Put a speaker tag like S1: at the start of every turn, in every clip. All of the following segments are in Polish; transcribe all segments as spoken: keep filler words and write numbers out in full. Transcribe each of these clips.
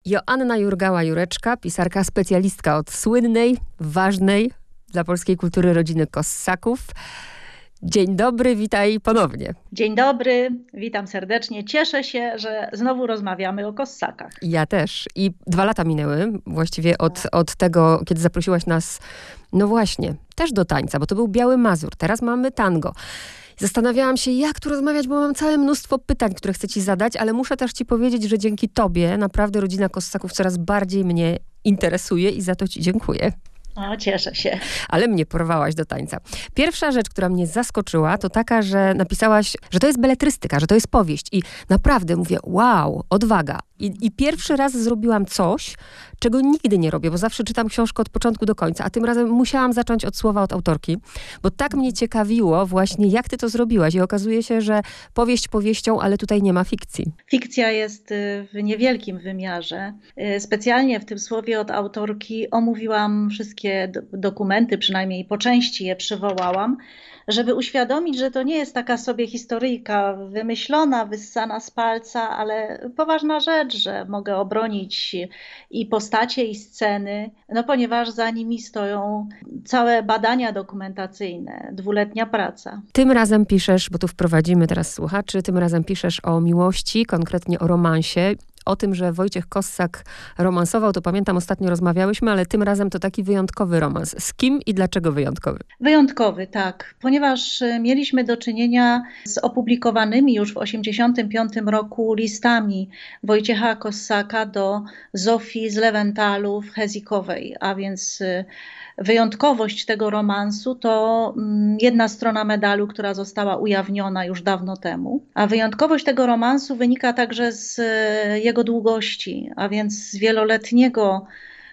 S1: Joanna Jurgała-Jureczka, pisarka, specjalistka od słynnej, ważnej dla polskiej kultury rodziny Kossaków. Dzień dobry, witaj ponownie.
S2: Dzień dobry, witam serdecznie. Cieszę się, że znowu rozmawiamy o Kossakach.
S1: Ja też. I dwa lata minęły właściwie od, od tego, kiedy zaprosiłaś nas, no właśnie, też do tańca, bo to był Biały Mazur. Teraz mamy tango. Zastanawiałam się, jak tu rozmawiać, bo mam całe mnóstwo pytań, które chcę ci zadać, ale muszę też ci powiedzieć, że dzięki tobie naprawdę rodzina Kossaków coraz bardziej mnie interesuje i za to ci dziękuję.
S2: O, cieszę się.
S1: Ale mnie porwałaś do tańca. Pierwsza rzecz, która mnie zaskoczyła, to taka, że napisałaś, że to jest beletrystyka, że to jest powieść. I naprawdę mówię, wow, odwaga. I, I pierwszy raz zrobiłam coś, czego nigdy nie robię, bo zawsze czytam książkę od początku do końca, a tym razem musiałam zacząć od słowa od autorki, bo tak mnie ciekawiło właśnie, jak ty to zrobiłaś. I okazuje się, że powieść powieścią, ale tutaj nie ma fikcji.
S2: Fikcja jest w niewielkim wymiarze. Specjalnie w tym słowie od autorki omówiłam wszystkie do- dokumenty, przynajmniej po części je przywołałam, żeby uświadomić, że to nie jest taka sobie historyjka wymyślona, wyssana z palca, ale poważna rzecz, że mogę obronić i postacie, i sceny, no ponieważ za nimi stoją całe badania dokumentacyjne, dwuletnia praca.
S1: Tym razem piszesz, bo tu wprowadzimy teraz słuchaczy, tym razem piszesz o miłości, konkretnie o romansie. O tym, że Wojciech Kossak romansował, to pamiętam, ostatnio rozmawiałyśmy, ale tym razem to taki wyjątkowy romans. Z kim i dlaczego wyjątkowy?
S2: Wyjątkowy, tak, ponieważ e, mieliśmy do czynienia z opublikowanymi już w tysiąc dziewięćset osiemdziesiątym piątym roku listami Wojciecha Kossaka do Zofii z Lewentalów Hezikowej, a więc e, wyjątkowość tego romansu to mm, jedna strona medalu, która została ujawniona już dawno temu, a wyjątkowość tego romansu wynika także z e, jego długości, a więc z wieloletniego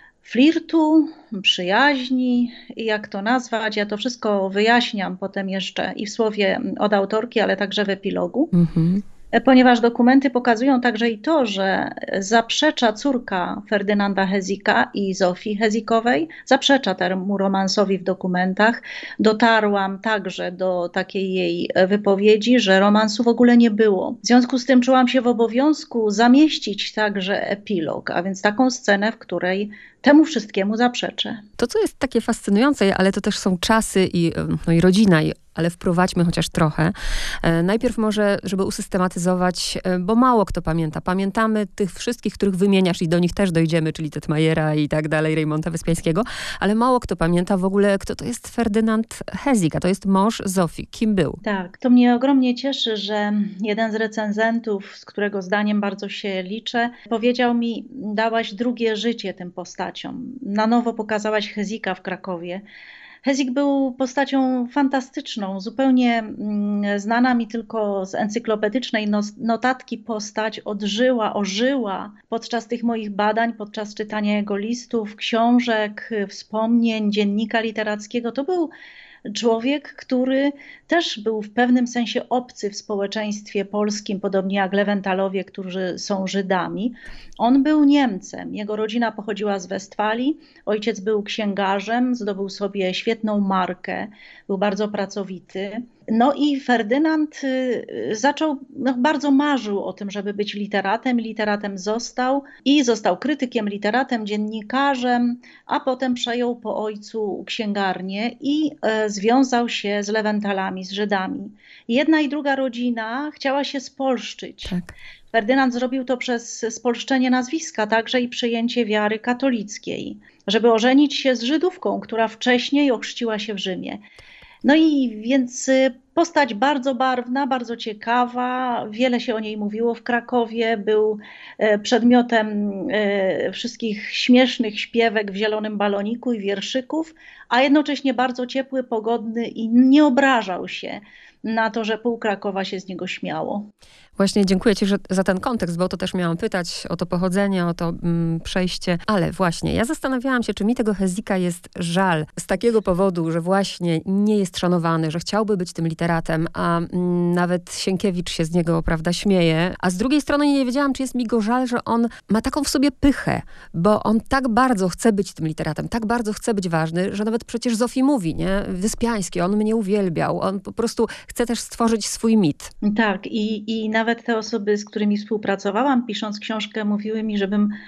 S2: flirtu, przyjaźni i jak to nazwać, ja to wszystko wyjaśniam potem jeszcze i w słowie od autorki, ale także w epilogu.
S1: Mhm.
S2: Ponieważ dokumenty pokazują także i to, że zaprzecza córka Ferdynanda Hezika i Zofii Hezikowej, zaprzecza temu romansowi w dokumentach. Dotarłam także do takiej jej wypowiedzi, że romansu w ogóle nie było. W związku z tym czułam się w obowiązku zamieścić także epilog, a więc taką scenę, w której temu wszystkiemu zaprzeczę.
S1: To, co jest takie fascynujące, ale to też są czasy i, no i rodzina, i, ale wprowadźmy chociaż trochę. E, najpierw może, żeby usystematyzować, e, bo mało kto pamięta. Pamiętamy tych wszystkich, których wymieniasz i do nich też dojdziemy, czyli Tetmajera i tak dalej, Rejmonta Wyspiańskiego, ale mało kto pamięta w ogóle, kto to jest Ferdynand Hezik, a to jest mąż Zofii. Kim był?
S2: Tak, to mnie ogromnie cieszy, że jeden z recenzentów, z którego zdaniem bardzo się liczę, powiedział mi, dałaś drugie życie tym postaciom. Na nowo pokazałaś Hezika w Krakowie. Hezik był postacią fantastyczną, zupełnie mm, znana mi tylko z encyklopedycznej nos- notatki postać odżyła, ożyła podczas tych moich badań, podczas czytania jego listów, książek, wspomnień, dziennika literackiego. To był człowiek, który też był w pewnym sensie obcy w społeczeństwie polskim, podobnie jak Lewentalowie, którzy są Żydami. On był Niemcem, jego rodzina pochodziła z Westfalii, ojciec był księgarzem, zdobył sobie świetną markę, był bardzo pracowity. No i Ferdynand y, zaczął, no, bardzo marzył o tym, żeby być literatem, literatem został i został krytykiem, literatem, dziennikarzem, a potem przejął po ojcu księgarnię i e, związał się z Lewentalami, z Żydami. Jedna i druga rodzina chciała się spolszczyć.
S1: Tak.
S2: Ferdynand zrobił to przez spolszczenie nazwiska, także i przyjęcie wiary katolickiej, żeby ożenić się z Żydówką, która wcześniej ochrzciła się w Rzymie. No i więc y, postać bardzo barwna, bardzo ciekawa, wiele się o niej mówiło w Krakowie, był e, przedmiotem e, wszystkich śmiesznych śpiewek w Zielonym Baloniku i wierszyków, a jednocześnie bardzo ciepły, pogodny i nie obrażał się na to, że pół Krakowa się z niego śmiało.
S1: Właśnie dziękuję ci że, za ten kontekst, bo o to też miałam pytać, o to pochodzenie, o to mm, przejście. Ale właśnie, ja zastanawiałam się, czy mi tego Hezika jest żal z takiego powodu, że właśnie nie jest szanowany, że chciałby być tym literatem, a mm, nawet Sienkiewicz się z niego, prawda, śmieje. A z drugiej strony nie wiedziałam, czy jest mi go żal, że on ma taką w sobie pychę, bo on tak bardzo chce być tym literatem, tak bardzo chce być ważny, że nawet przecież Zofii mówi, nie? Wyspiański, on mnie uwielbiał, on po prostu chce też stworzyć swój mit.
S2: Tak, i, i nawet te osoby, z którymi współpracowałam, pisząc książkę, mówiły mi, żebym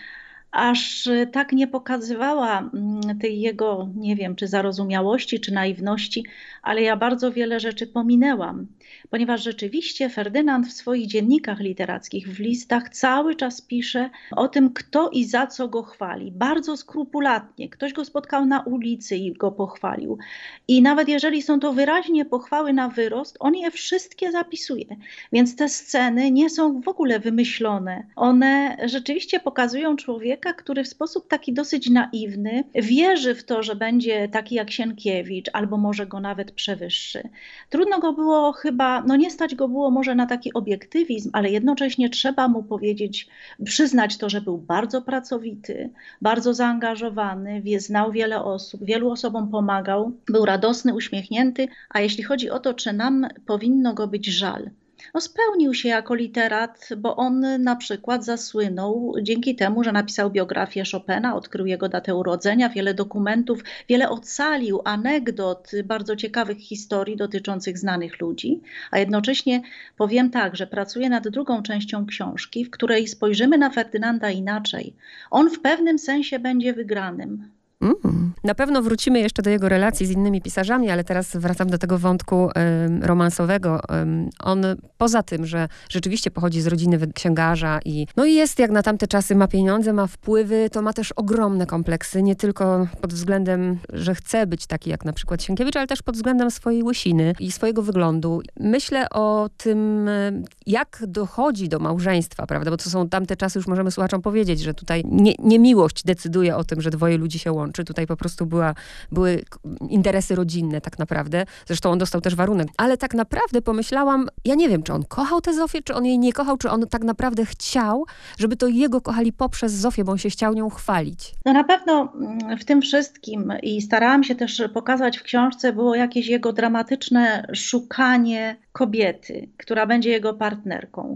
S2: aż tak nie pokazywała mm, tej jego, nie wiem, czy zarozumiałości, czy naiwności, ale ja bardzo wiele rzeczy pominęłam, ponieważ rzeczywiście Ferdynand w swoich dziennikach literackich, w listach cały czas pisze o tym, kto i za co go chwali. Bardzo skrupulatnie. Ktoś go spotkał na ulicy i go pochwalił. I nawet jeżeli są to wyraźnie pochwały na wyrost, on je wszystkie zapisuje. Więc te sceny nie są w ogóle wymyślone. One rzeczywiście pokazują człowieka, który w sposób taki dosyć naiwny wierzy w to, że będzie taki jak Sienkiewicz, albo może go nawet przewyższy. Trudno go było chyba, no nie stać go było może na taki obiektywizm, ale jednocześnie trzeba mu powiedzieć, przyznać to, że był bardzo pracowity, bardzo zaangażowany, wie, znał wiele osób, wielu osobom pomagał, był radosny, uśmiechnięty, a jeśli chodzi o to, czy nam powinno go być żal, no spełnił się jako literat, bo on na przykład zasłynął dzięki temu, że napisał biografię Chopina, odkrył jego datę urodzenia, wiele dokumentów, wiele ocalił, anegdot, bardzo ciekawych historii dotyczących znanych ludzi, a jednocześnie powiem tak, że pracuje nad drugą częścią książki, w której spojrzymy na Ferdynanda inaczej. On w pewnym sensie będzie wygranym.
S1: Mm. Na pewno wrócimy jeszcze do jego relacji z innymi pisarzami, ale teraz wracam do tego wątku um, romansowego. Um, on poza tym, że rzeczywiście pochodzi z rodziny księgarza i no i jest jak na tamte czasy, ma pieniądze, ma wpływy, to ma też ogromne kompleksy, nie tylko pod względem, że chce być taki jak na przykład Sienkiewicz, ale też pod względem swojej łysiny i swojego wyglądu. Myślę o tym, jak dochodzi do małżeństwa, prawda, bo to są tamte czasy, już możemy słuchaczom powiedzieć, że tutaj nie, nie miłość decyduje o tym, że dwoje ludzi się łączy. Czy tutaj po prostu była, były interesy rodzinne tak naprawdę. Zresztą on dostał też warunek. Ale tak naprawdę pomyślałam, ja nie wiem, czy on kochał tę Zofię, czy on jej nie kochał, czy on tak naprawdę chciał, żeby to jego kochali poprzez Zofię, bo on się chciał nią chwalić.
S2: No na pewno w tym wszystkim i starałam się też pokazać w książce, było jakieś jego dramatyczne szukanie kobiety, która będzie jego partnerką.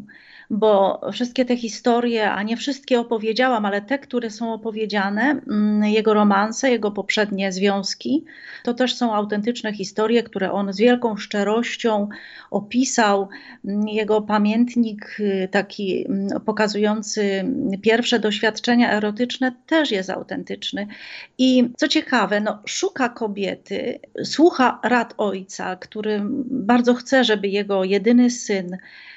S2: Bo wszystkie te historie, a nie wszystkie opowiedziałam, ale te, które są opowiedziane, jego romanse, jego poprzednie związki, to też są autentyczne historie, które on z wielką szczerością opisał. Jego pamiętnik taki pokazujący pierwsze doświadczenia erotyczne też jest autentyczny. I co ciekawe, no, szuka kobiety, słucha rad ojca, który bardzo chce, żeby jego jedyny syn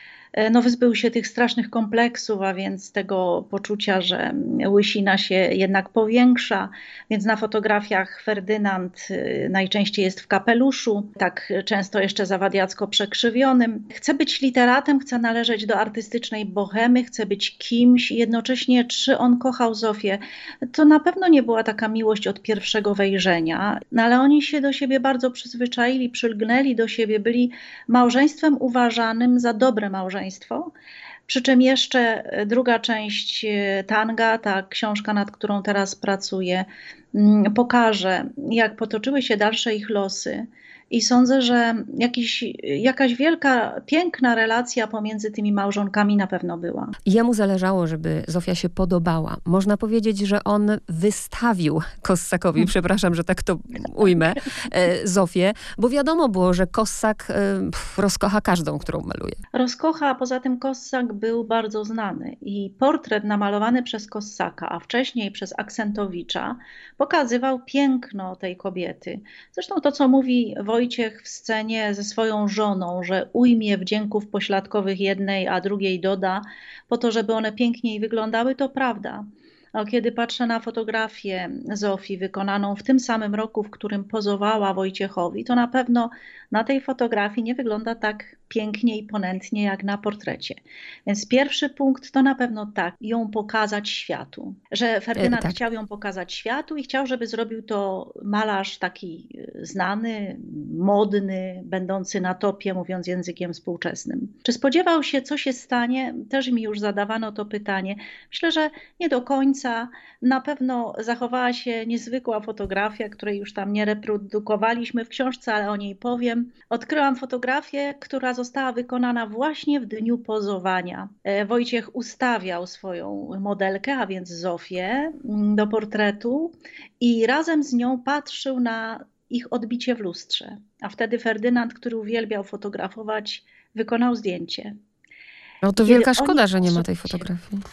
S2: no wyzbył się tych strasznych kompleksów, a więc tego poczucia, że łysina się jednak powiększa, więc na fotografiach Ferdynand najczęściej jest w kapeluszu, tak często jeszcze zawadiacko przekrzywionym. Chce być literatem, chce należeć do artystycznej bohemy, chce być kimś i jednocześnie czy on kochał Zofię. To na pewno nie była taka miłość od pierwszego wejrzenia, no ale oni się do siebie bardzo przyzwyczaili, przylgnęli do siebie, byli małżeństwem uważanym za dobre małżeństwo. Przy czym jeszcze druga część Tanga, ta książka, nad którą teraz pracuję, pokaże, jak potoczyły się dalsze ich losy. I sądzę, że jakiś, jakaś wielka, piękna relacja pomiędzy tymi małżonkami na pewno była.
S1: Jemu zależało, żeby Zofia się podobała. Można powiedzieć, że on wystawił Kossakowi, hmm. przepraszam, że tak to ujmę, e, Zofię, bo wiadomo było, że Kossak e, pff, rozkocha każdą, którą maluje.
S2: Rozkocha, a poza tym Kossak był bardzo znany i portret namalowany przez Kossaka, a wcześniej przez Aksentowicza, pokazywał piękno tej kobiety. Zresztą to, co mówi Wojciech w scenie ze swoją żoną, że ujmie wdzięków pośladkowych jednej, a drugiej doda, po to, żeby one piękniej wyglądały, to prawda. A kiedy patrzę na fotografię Zofii wykonaną w tym samym roku, w którym pozowała Wojciechowi, to na pewno na tej fotografii nie wygląda tak pięknie i ponętnie jak na portrecie. Więc pierwszy punkt to na pewno tak, ją pokazać światu. Że Ferdynand tak. chciał ją pokazać światu i chciał, żeby zrobił to malarz taki znany, modny, będący na topie, mówiąc językiem współczesnym. Czy spodziewał się, co się stanie? Też mi już zadawano to pytanie. Myślę, że nie do końca. Na pewno zachowała się niezwykła fotografia, której już tam nie reprodukowaliśmy w książce, ale o niej powiem. Odkryłam fotografię, która została wykonana właśnie w dniu pozowania. Wojciech ustawiał swoją modelkę, a więc Zofię, do portretu i razem z nią patrzył na ich odbicie w lustrze. A wtedy Ferdynand, który uwielbiał fotografować, wykonał zdjęcie.
S1: No to Kiedy wielka szkoda, że nie ma tej fotografii.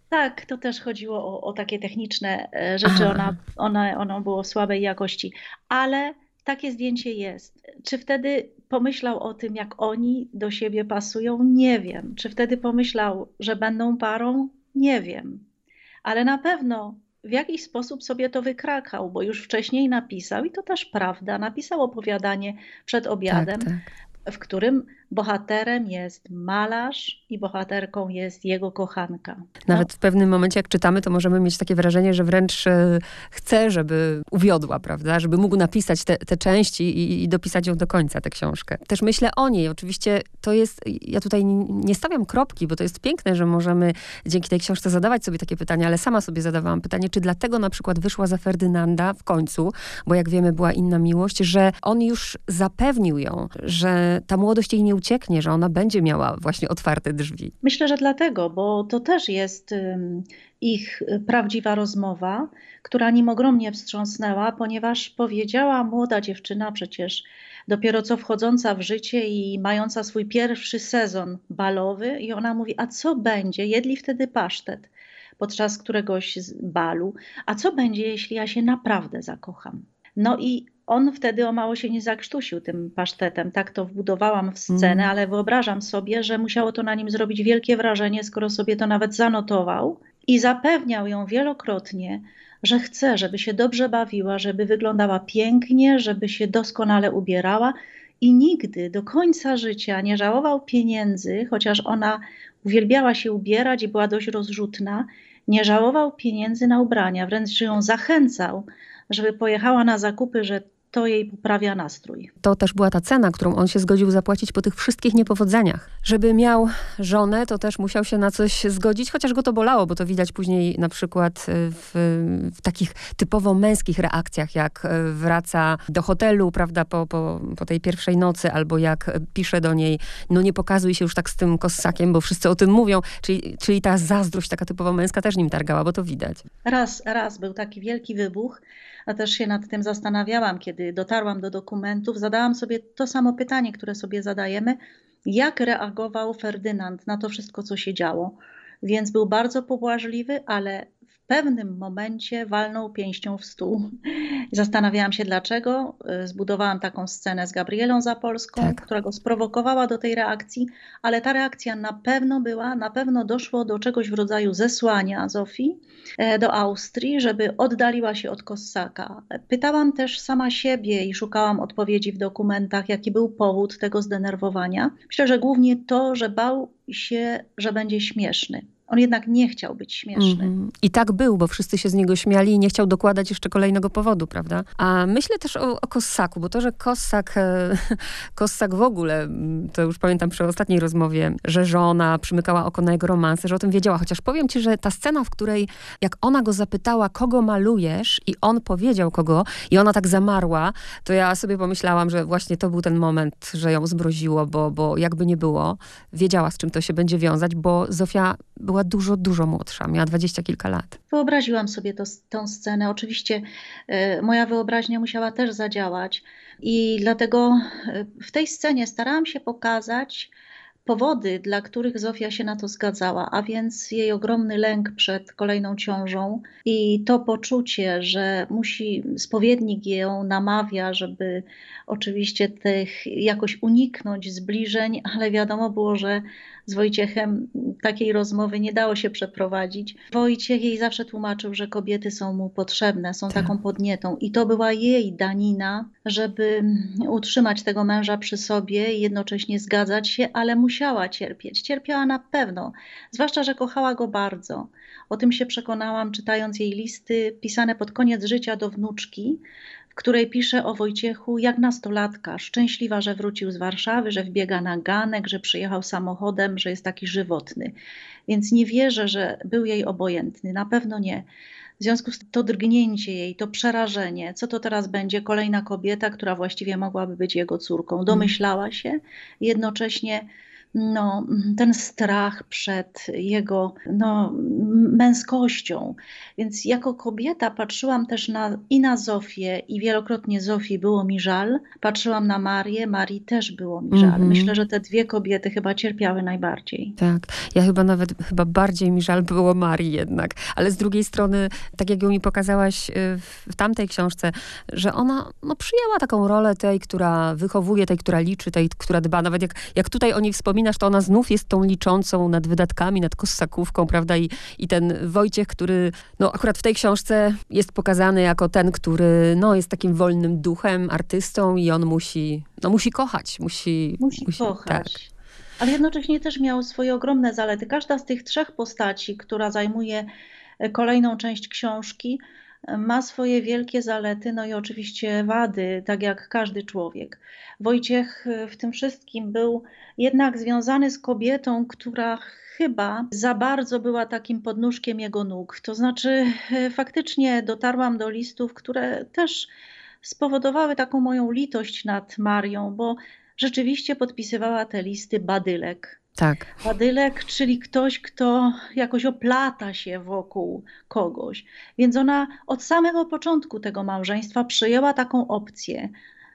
S2: Tak, to też chodziło o, o takie techniczne e, rzeczy.
S1: Aha,
S2: Ona,
S1: aha.
S2: ona, ono było słabej jakości, ale takie zdjęcie jest. Czy wtedy pomyślał o tym, jak oni do siebie pasują? Nie wiem. Czy wtedy pomyślał, że będą parą? Nie wiem. Ale na pewno w jakiś sposób sobie to wykrakał, bo już wcześniej napisał, i to też prawda, napisał opowiadanie przed
S1: Tak,
S2: obiadem,
S1: tak.
S2: w którym bohaterem jest malarz i bohaterką jest jego kochanka. No,
S1: Nawet w pewnym momencie, jak czytamy, to możemy mieć takie wrażenie, że wręcz e, chce, żeby uwiodła, prawda? Żeby mógł napisać te, te części i, i dopisać ją do końca, tę książkę. Też myślę o niej. Oczywiście to jest, ja tutaj nie stawiam kropki, bo to jest piękne, że możemy dzięki tej książce zadawać sobie takie pytania, ale sama sobie zadawałam pytanie, czy dlatego na przykład wyszła za Ferdynanda w końcu, bo jak wiemy, była inna miłość, że on już zapewnił ją, że ta młodość jej nie ucieknie, że ona będzie miała właśnie otwarte drzwi.
S2: myślę, że dlatego, bo to też jest ym, ich prawdziwa rozmowa, która nim ogromnie wstrząsnęła, ponieważ powiedziała młoda dziewczyna, przecież dopiero co wchodząca w życie i mająca swój pierwszy sezon balowy, i ona mówi: a co będzie? Jedli wtedy pasztet podczas któregoś z balu. A co będzie, jeśli ja się naprawdę zakocham? No i on wtedy o mało się nie zakrztusił tym pasztetem. Tak to wbudowałam w scenę,
S1: Mm.
S2: ale wyobrażam sobie, że musiało to na nim zrobić wielkie wrażenie, skoro sobie to nawet zanotował i zapewniał ją wielokrotnie, że chce, żeby się dobrze bawiła, żeby wyglądała pięknie, żeby się doskonale ubierała, i nigdy do końca życia nie żałował pieniędzy, chociaż ona uwielbiała się ubierać i była dość rozrzutna. Nie żałował pieniędzy na ubrania, wręcz ją zachęcał, żeby pojechała na zakupy, że to jej poprawia nastrój.
S1: To też była ta cena, którą on się zgodził zapłacić po tych wszystkich niepowodzeniach. Żeby miał żonę, to też musiał się na coś zgodzić, chociaż go to bolało, bo to widać później na przykład w, w takich typowo męskich reakcjach, jak wraca do hotelu, prawda, po, po, po tej pierwszej nocy, albo jak pisze do niej: no nie pokazuj się już tak z tym kossakiem, bo wszyscy o tym mówią. Czyli, czyli ta zazdrość taka typowo męska też nim targała, bo to widać.
S2: Raz, raz był taki wielki wybuch, a też się nad tym zastanawiałam, kiedy dotarłam do dokumentów. Zadałam sobie to samo pytanie, które sobie zadajemy: jak reagował Ferdynand na to wszystko, co się działo? Więc był bardzo pobłażliwy, ale w pewnym momencie walnął pięścią w stół. Zastanawiałam się dlaczego. Zbudowałam taką scenę z Gabrielą Zapolską,
S1: Tak.
S2: która go sprowokowała do tej reakcji, ale ta reakcja na pewno była, na pewno doszło do czegoś w rodzaju zesłania Zofii e, do Austrii, żeby oddaliła się od Kossaka. Pytałam też sama siebie i szukałam odpowiedzi w dokumentach, jaki był powód tego zdenerwowania. Myślę, że głównie to, że bał się, że będzie śmieszny. On jednak nie chciał być śmieszny.
S1: Mhm. I tak był, bo wszyscy się z niego śmiali i nie chciał dokładać jeszcze kolejnego powodu, prawda? A myślę też o, o Kossaku, bo to, że Kossak, e, Kossak w ogóle, m, to już pamiętam przy ostatniej rozmowie, że żona przymykała oko na jego romanse, że o tym wiedziała. Chociaż powiem ci, że ta scena, w której jak ona go zapytała, kogo malujesz, i on powiedział kogo, i ona tak zamarła, to ja sobie pomyślałam, że właśnie to był ten moment, że ją zmroziło, bo, bo jakby nie było, wiedziała, z czym to się będzie wiązać, bo Zofia była dużo, dużo młodsza. Miała dwadzieścia kilka lat.
S2: Wyobraziłam sobie to, tę scenę. Oczywiście e, moja wyobraźnia musiała też zadziałać i dlatego e, w tej scenie starałam się pokazać powody, dla których Zofia się na to zgadzała, a więc jej ogromny lęk przed kolejną ciążą i to poczucie, że musi, spowiednik ją namawia, żeby oczywiście tych jakoś uniknąć zbliżeń, ale wiadomo było, że z Wojciechem takiej rozmowy nie dało się przeprowadzić. Wojciech jej zawsze tłumaczył, że kobiety są mu potrzebne, są
S1: Tak.
S2: taką podnietą, i to była jej danina, żeby utrzymać tego męża przy sobie i jednocześnie zgadzać się, ale musiała cierpieć. Cierpiała na pewno, zwłaszcza że kochała go bardzo. O tym się przekonałam, czytając jej listy pisane pod koniec życia do wnuczki, w której pisze o Wojciechu jak nastolatka, szczęśliwa, że wrócił z Warszawy, że wbiega na ganek, że przyjechał samochodem, że jest taki żywotny. Więc nie wierzę, że był jej obojętny, na pewno nie. W związku z tym to drgnięcie jej, to przerażenie, co to teraz będzie, kolejna kobieta, która właściwie mogłaby być jego córką. Domyślała się, jednocześnie no, ten strach przed jego no, męskością. Więc jako kobieta patrzyłam też na, i na Zofię, i wielokrotnie Zofii było mi żal. Patrzyłam na Marię, Marii też było mi żal.
S1: Mhm.
S2: Myślę, że te dwie kobiety chyba cierpiały najbardziej.
S1: Tak, ja chyba nawet, chyba bardziej mi żal było Marii jednak. Ale z drugiej strony, tak jak ją mi pokazałaś y, w, w tamtej książce, że ona no, przyjęła taką rolę tej, która wychowuje, tej, która liczy, tej, która dba. Nawet jak, jak tutaj o niej wspominasz, to ona znów jest tą liczącą nad wydatkami, nad kossakówką, prawda? I, i ten Wojciech, który no akurat w tej książce jest pokazany jako ten, który no, jest takim wolnym duchem, artystą i on musi, no, musi kochać. Musi,
S2: Musi
S1: musi
S2: kochać.
S1: Tak.
S2: Ale jednocześnie też miał swoje ogromne zalety. Każda z tych trzech postaci, która zajmuje kolejną część książki, ma swoje wielkie zalety, no i oczywiście wady, tak jak każdy człowiek. Wojciech w tym wszystkim był jednak związany z kobietą, która chyba za bardzo była takim podnóżkiem jego nóg. To znaczy faktycznie dotarłam do listów, które też spowodowały taką moją litość nad Marią, bo rzeczywiście podpisywała te listy Badylek.
S1: Tak.
S2: Badylek, czyli ktoś, kto jakoś oplata się wokół kogoś. Więc ona od samego początku tego małżeństwa przyjęła taką opcję.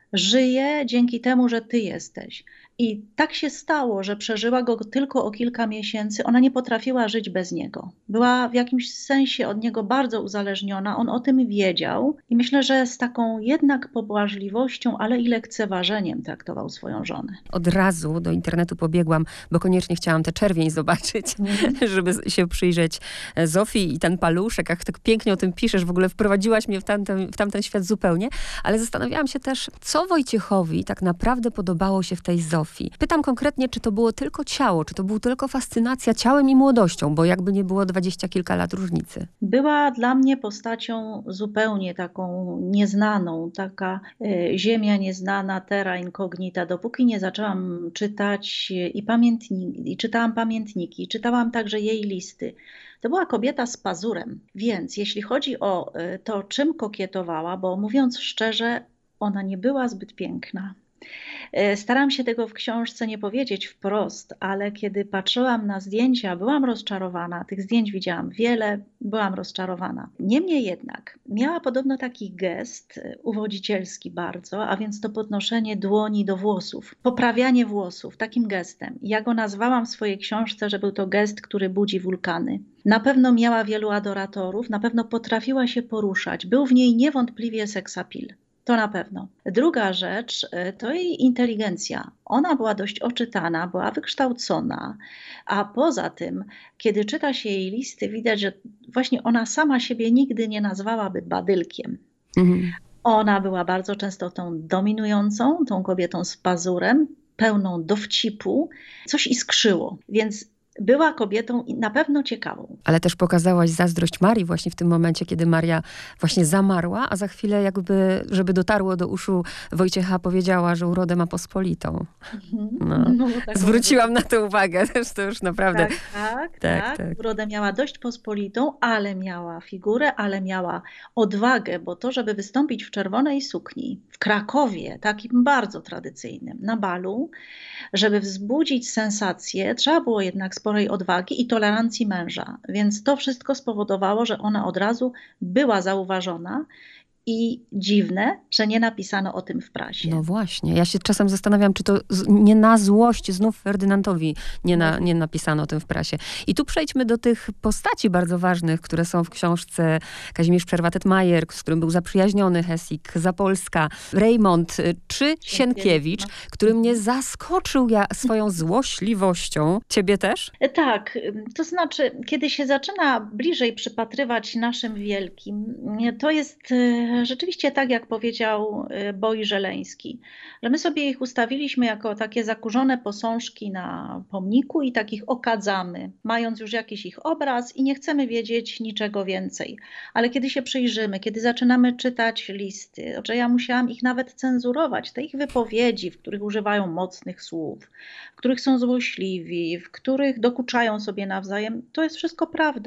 S2: Żyję dzięki temu, że ty jesteś. I tak się stało, że przeżyła go tylko o kilka miesięcy. Ona nie potrafiła żyć bez niego. Była w jakimś sensie od niego bardzo uzależniona. On o tym wiedział i myślę, że z taką jednak pobłażliwością, ale i lekceważeniem traktował swoją żonę.
S1: Od razu do internetu pobiegłam, bo koniecznie chciałam tę czerwień zobaczyć, mm. żeby się przyjrzeć Zofii i ten paluszek, jak tak pięknie o tym piszesz, w ogóle wprowadziłaś mnie w tamten, w tamten świat zupełnie, ale zastanawiałam się też, co Wojciechowi tak naprawdę podobało się w tej Zofii. Pytam konkretnie, czy to było tylko ciało, czy to była tylko fascynacja ciałem i młodością, bo jakby nie było dwadzieścia kilka lat różnicy.
S2: Była dla mnie postacią zupełnie taką nieznaną, taka y, ziemia nieznana, terra incognita. Dopóki nie zaczęłam czytać i, pamiętniki, i czytałam pamiętniki, czytałam także jej listy. To była kobieta z pazurem, więc jeśli chodzi o y, to, czym kokietowała, bo mówiąc szczerze, ona nie była zbyt piękna. Staram się tego w książce nie powiedzieć wprost, ale kiedy patrzyłam na zdjęcia, byłam rozczarowana. Tych zdjęć widziałam wiele, byłam rozczarowana. Niemniej jednak miała podobno taki gest uwodzicielski bardzo, a więc to podnoszenie dłoni do włosów, poprawianie włosów takim gestem. Ja go nazwałam w swojej książce, że był to gest, który budzi wulkany. Na pewno miała wielu adoratorów, na pewno potrafiła się poruszać. Był w niej niewątpliwie seksapil. To na pewno. Druga rzecz to jej inteligencja. Ona była dość oczytana, była wykształcona, a poza tym, kiedy czyta się jej listy, widać, że właśnie ona sama siebie nigdy nie nazwałaby badylkiem. Mhm. Ona była bardzo często tą dominującą, tą kobietą z pazurem, pełną dowcipu, coś iskrzyło, więc była kobietą na pewno ciekawą.
S1: Ale też pokazałaś zazdrość Marii właśnie w tym momencie, kiedy Maria właśnie zamarła, a za chwilę jakby, żeby dotarło do uszu Wojciecha, powiedziała, że urodę ma pospolitą. No. No, tak zwróciłam na to uwagę, też to już naprawdę.
S2: Tak, tak, tak, tak. tak. Urodę miała dość pospolitą, ale miała figurę, ale miała odwagę, bo to, żeby wystąpić w czerwonej sukni w Krakowie, takim bardzo tradycyjnym, na balu, żeby wzbudzić sensację, trzeba było jednak sporej odwagi i tolerancji męża. Więc to wszystko spowodowało, że ona od razu była zauważona i dziwne, że nie napisano o tym w prasie.
S1: No właśnie. Ja się czasem zastanawiam, czy to nie na złość znów Ferdynandowi nie, na, nie napisano o tym w prasie. I tu przejdźmy do tych postaci bardzo ważnych, które są w książce. Kazimierz Przerwatet-Majer, z którym był zaprzyjaźniony Hesik, Zapolska, Reymont czy Sienkiewicz, który mnie zaskoczył ja swoją złośliwością. Ciebie też?
S2: Tak. To znaczy, kiedy się zaczyna bliżej przypatrywać naszym wielkim, to jest rzeczywiście tak, jak powiedział Boi Żeleński, że my sobie ich ustawiliśmy jako takie zakurzone posążki na pomniku i takich okadzamy, mając już jakiś ich obraz i nie chcemy wiedzieć niczego więcej. Ale kiedy się przyjrzymy, kiedy zaczynamy czytać listy, że ja musiałam ich nawet cenzurować, te ich wypowiedzi, w których używają mocnych słów, w których są złośliwi, w których dokuczają sobie nawzajem, to jest wszystko prawda.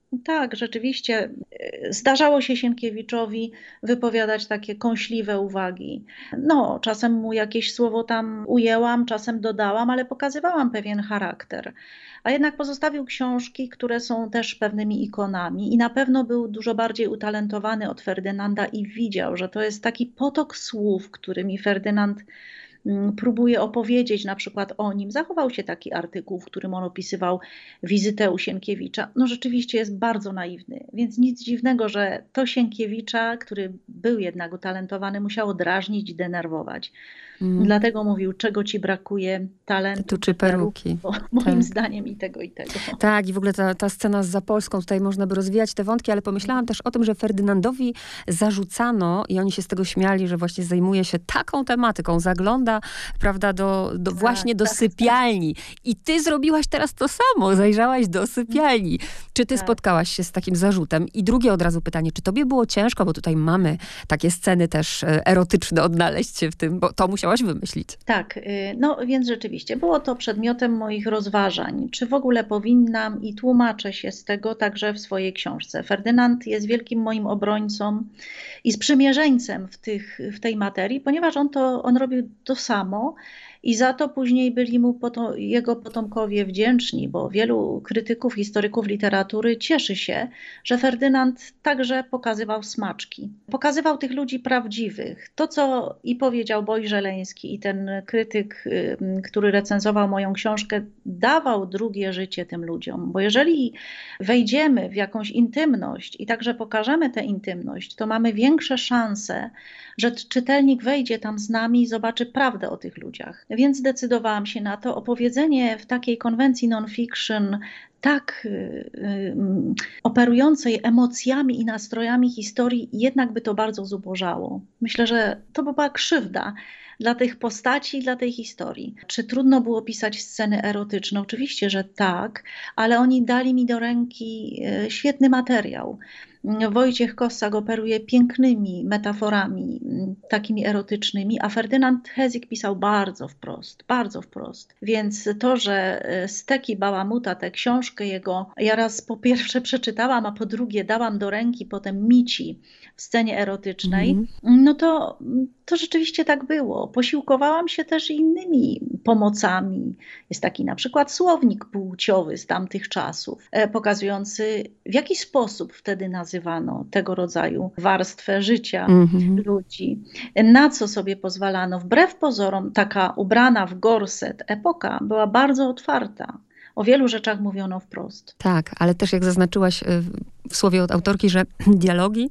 S2: Tak, rzeczywiście y, zdarzało się Sienkiewiczowi wypowiadać takie kąśliwe uwagi. No, czasem mu jakieś słowo tam ujęłam, czasem dodałam, ale pokazywałam pewien charakter. A jednak pozostawił książki, które są też pewnymi ikonami i na pewno był dużo bardziej utalentowany od Ferdynanda i widział, że to jest taki potok słów, którymi Ferdynand mm, próbuje opowiedzieć na przykład o nim. Zachował się taki artykuł, w którym on opisywał wizytę u Sienkiewicza. No rzeczywiście jest bardzo naiwny, więc nic dziwnego, że to Sienkiewicza, który był jednak utalentowany, musiało drażnić i denerwować.
S1: Mm.
S2: Dlatego mówił, czego ci brakuje, talentu
S1: Tu czy peruki.
S2: bo moim
S1: Tak.
S2: zdaniem i tego, i tego.
S1: Tak, i w ogóle ta, ta scena z Zapolską, tutaj można by rozwijać te wątki, ale pomyślałam też o tym, że Ferdynandowi zarzucano, i oni się z tego śmiali, że właśnie zajmuje się taką tematyką, zagląda, prawda, do, do
S2: Tak,
S1: właśnie do
S2: tak,
S1: sypialni. I ty zrobiłaś teraz to samo, zajrzałaś do sypialni. Czy ty
S2: Tak.
S1: spotkałaś się z takim zarzutem? I drugie od razu pytanie, czy tobie było ciężko, bo tutaj mamy takie sceny też e, erotyczne, odnaleźć się w tym, bo to musiałaś wymyślić.
S2: Tak, y, no więc rzeczywiście było to przedmiotem moich rozważań, czy w ogóle powinnam i tłumaczę się z tego także w swojej książce. Ferdynand jest wielkim moim obrońcą i sprzymierzeńcem w, tych, w tej materii, ponieważ on to on robił to samo i za to później byli mu poto, jego potomkowie wdzięczni, bo wielu krytyków, historyków literatury cieszy się, że Ferdynand także pokazywał smaczki. Pokazywał tych ludzi prawdziwych. To, co i powiedział Boj Żeleński i ten krytyk, y, który recenzował moją książkę, dawał drugie życie tym ludziom, bo jeżeli wejdziemy w jakąś intymność i także pokażemy tę intymność, to mamy większe szanse, że czytelnik wejdzie tam z nami i zobaczy prawdę o tych ludziach. Więc zdecydowałam się na to opowiedzenie w takiej konwencji non-fiction, tak y, y, operującej emocjami i nastrojami historii, jednak by to bardzo zubożało. Myślę, że to by była krzywda dla tych postaci i dla tej historii. Czy trudno było pisać sceny erotyczne? Oczywiście, że tak, ale oni dali mi do ręki y, świetny materiał. Wojciech Kossak operuje pięknymi metaforami, takimi erotycznymi, a Ferdynand Hezik pisał bardzo wprost, bardzo wprost. Więc to, że Steki Bałamuta, tę książkę jego, ja raz po pierwsze przeczytałam, a po drugie dałam do ręki potem Mici w scenie erotycznej, mm. no to, to rzeczywiście tak było. Posiłkowałam się też innymi pomocami. Jest taki na przykład słownik płciowy z tamtych czasów, pokazujący, w jaki sposób wtedy nazywano tego rodzaju warstwę życia mm-hmm. ludzi, na co sobie pozwalano. Wbrew pozorom taka ubrana w gorset epoka była bardzo otwarta. O wielu rzeczach mówiono wprost.
S1: Tak, ale też jak zaznaczyłaś w słowie od autorki, że dialogi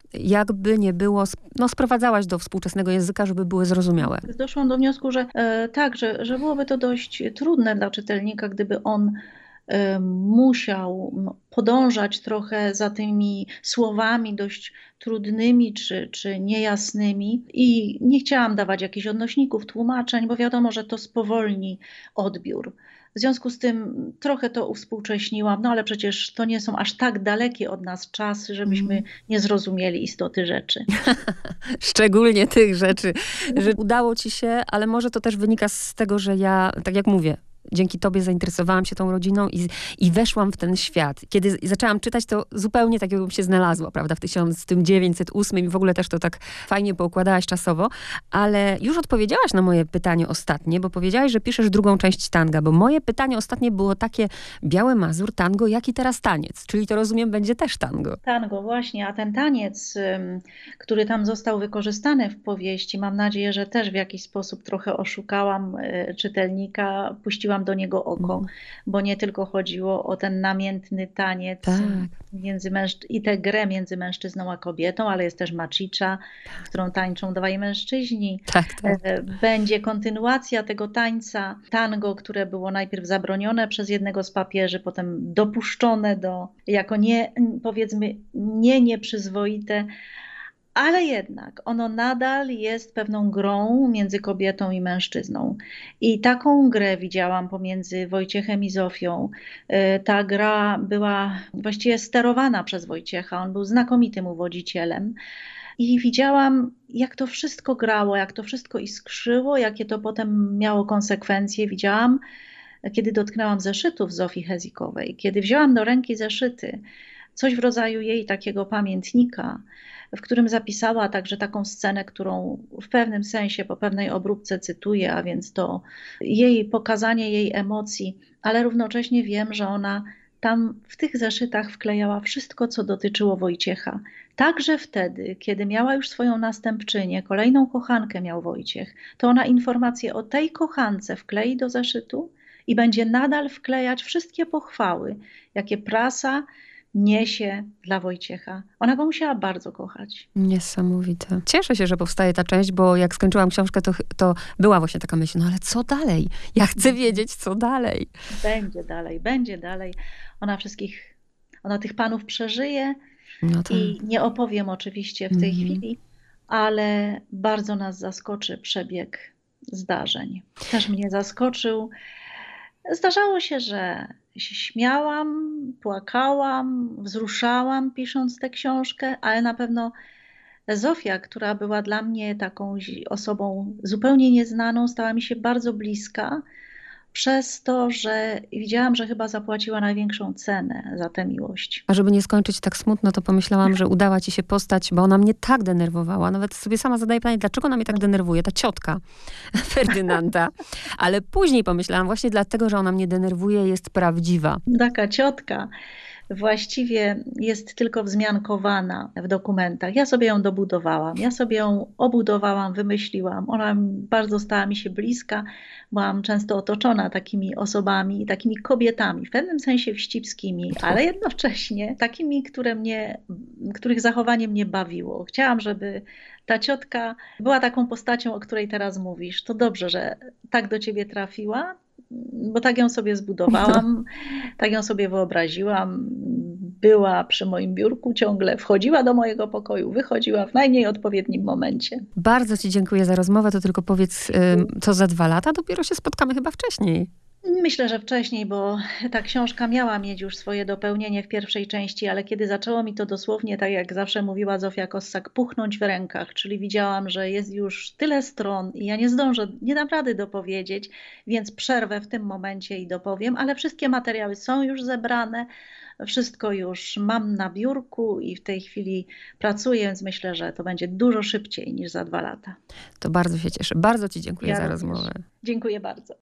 S1: jakby nie było, no sprowadzałaś do współczesnego języka, żeby były zrozumiałe.
S2: Doszłam do wniosku, że e, tak, że, że byłoby to dość trudne dla czytelnika, gdyby on e, musiał podążać trochę za tymi słowami dość trudnymi czy, czy niejasnymi i nie chciałam dawać jakichś odnośników, tłumaczeń, bo wiadomo, że to spowolni odbiór. W związku z tym trochę to uwspółcześniłam, no ale przecież to nie są aż tak dalekie od nas czasy, żebyśmy mm. nie zrozumieli istoty rzeczy.
S1: Szczególnie tych rzeczy, że udało ci się, ale może to też wynika z tego, że ja, tak jak mówię, dzięki tobie zainteresowałam się tą rodziną i, i weszłam w ten świat. Kiedy zaczęłam czytać, to zupełnie tak jakbym się znalazła, prawda, w tysiąc dziewięćset ósmym i w ogóle też to tak fajnie poukładałaś czasowo, ale już odpowiedziałaś na moje pytanie ostatnie, bo powiedziałaś, że piszesz drugą część tanga, bo moje pytanie ostatnie było takie: Biały Mazur, tango, jaki teraz taniec? Czyli to, rozumiem, będzie też tango.
S2: Tango, właśnie, a ten taniec, który tam został wykorzystany w powieści, mam nadzieję, że też w jakiś sposób trochę oszukałam czytelnika, puściłam do niego oko, mm. bo nie tylko chodziło o ten namiętny taniec
S1: tak.
S2: między mężczyz- i tę grę między mężczyzną a kobietą, ale jest też macica, tak. którą tańczą dwaj mężczyźni.
S1: Tak, tak.
S2: Będzie kontynuacja tego tańca, tango, które było najpierw zabronione przez jednego z papieży, potem dopuszczone do, jako nie, powiedzmy, nie nieprzyzwoite, ale jednak ono nadal jest pewną grą między kobietą i mężczyzną. I taką grę widziałam pomiędzy Wojciechem i Zofią. Ta gra była właściwie sterowana przez Wojciecha. On był znakomitym uwodzicielem. I widziałam, jak to wszystko grało, jak to wszystko iskrzyło, jakie to potem miało konsekwencje. Widziałam, kiedy dotknęłam zeszytów Zofii Hezikowej, kiedy wzięłam do ręki zeszyty, coś w rodzaju jej takiego pamiętnika, w którym zapisała także taką scenę, którą w pewnym sensie po pewnej obróbce cytuję, a więc to jej pokazanie jej emocji, ale równocześnie wiem, że ona tam w tych zeszytach wklejała wszystko, co dotyczyło Wojciecha. Także wtedy, kiedy miała już swoją następczynię, kolejną kochankę miał Wojciech, to ona informację o tej kochance wklei do zeszytu i będzie nadal wklejać wszystkie pochwały, jakie prasa niesie dla Wojciecha. Ona go musiała bardzo kochać.
S1: Niesamowite. Cieszę się, że powstaje ta część, bo jak skończyłam książkę, to, to była właśnie taka myśl, no ale co dalej? Ja chcę wiedzieć, co dalej.
S2: Będzie dalej, będzie dalej. Ona wszystkich, ona tych panów przeżyje
S1: No tak.
S2: i nie opowiem oczywiście w tej
S1: Mhm.
S2: chwili, ale bardzo nas zaskoczy przebieg zdarzeń. Też mnie zaskoczył. Zdarzało się, że się śmiałam, płakałam, wzruszałam pisząc tę książkę, ale na pewno Zofia, która była dla mnie taką osobą zupełnie nieznaną, stała mi się bardzo bliska przez to, że widziałam, że chyba zapłaciła największą cenę za tę miłość.
S1: A żeby nie skończyć tak smutno, to pomyślałam, że udała ci się postać, bo ona mnie tak denerwowała. Nawet sobie sama zadaję pytanie, dlaczego ona mnie tak denerwuje? Ta ciotka Ferdynanda. Ale później pomyślałam, właśnie dlatego, że ona mnie denerwuje, jest prawdziwa.
S2: Taka ciotka właściwie jest tylko wzmiankowana w dokumentach. Ja sobie ją dobudowałam, ja sobie ją obudowałam, wymyśliłam. Ona bardzo stała mi się bliska. Byłam często otoczona takimi osobami, takimi kobietami, w pewnym sensie wścibskimi, ale jednocześnie takimi, które mnie, których zachowanie mnie bawiło. Chciałam, żeby ta ciotka była taką postacią, o której teraz mówisz. To dobrze, że tak do ciebie trafiła, bo tak ją sobie zbudowałam, tak ją sobie wyobraziłam. Była przy moim biurku ciągle, wchodziła do mojego pokoju, wychodziła w najmniej odpowiednim momencie.
S1: Bardzo ci dziękuję za rozmowę. To tylko powiedz, co za dwa lata? Dopiero się spotkamy chyba wcześniej.
S2: Myślę, że wcześniej, bo ta książka miała mieć już swoje dopełnienie w pierwszej części, ale kiedy zaczęło mi to dosłownie, tak jak zawsze mówiła Zofia Kossak, puchnąć w rękach, czyli widziałam, że jest już tyle stron i ja nie zdążę, nie dam rady dopowiedzieć, więc przerwę w tym momencie i dopowiem, ale wszystkie materiały są już zebrane, wszystko już mam na biurku i w tej chwili pracuję, więc myślę, że to będzie dużo szybciej niż za dwa lata.
S1: To bardzo się cieszę. Bardzo ci dziękuję
S2: Ja
S1: za
S2: również.
S1: rozmowę.
S2: Dziękuję bardzo.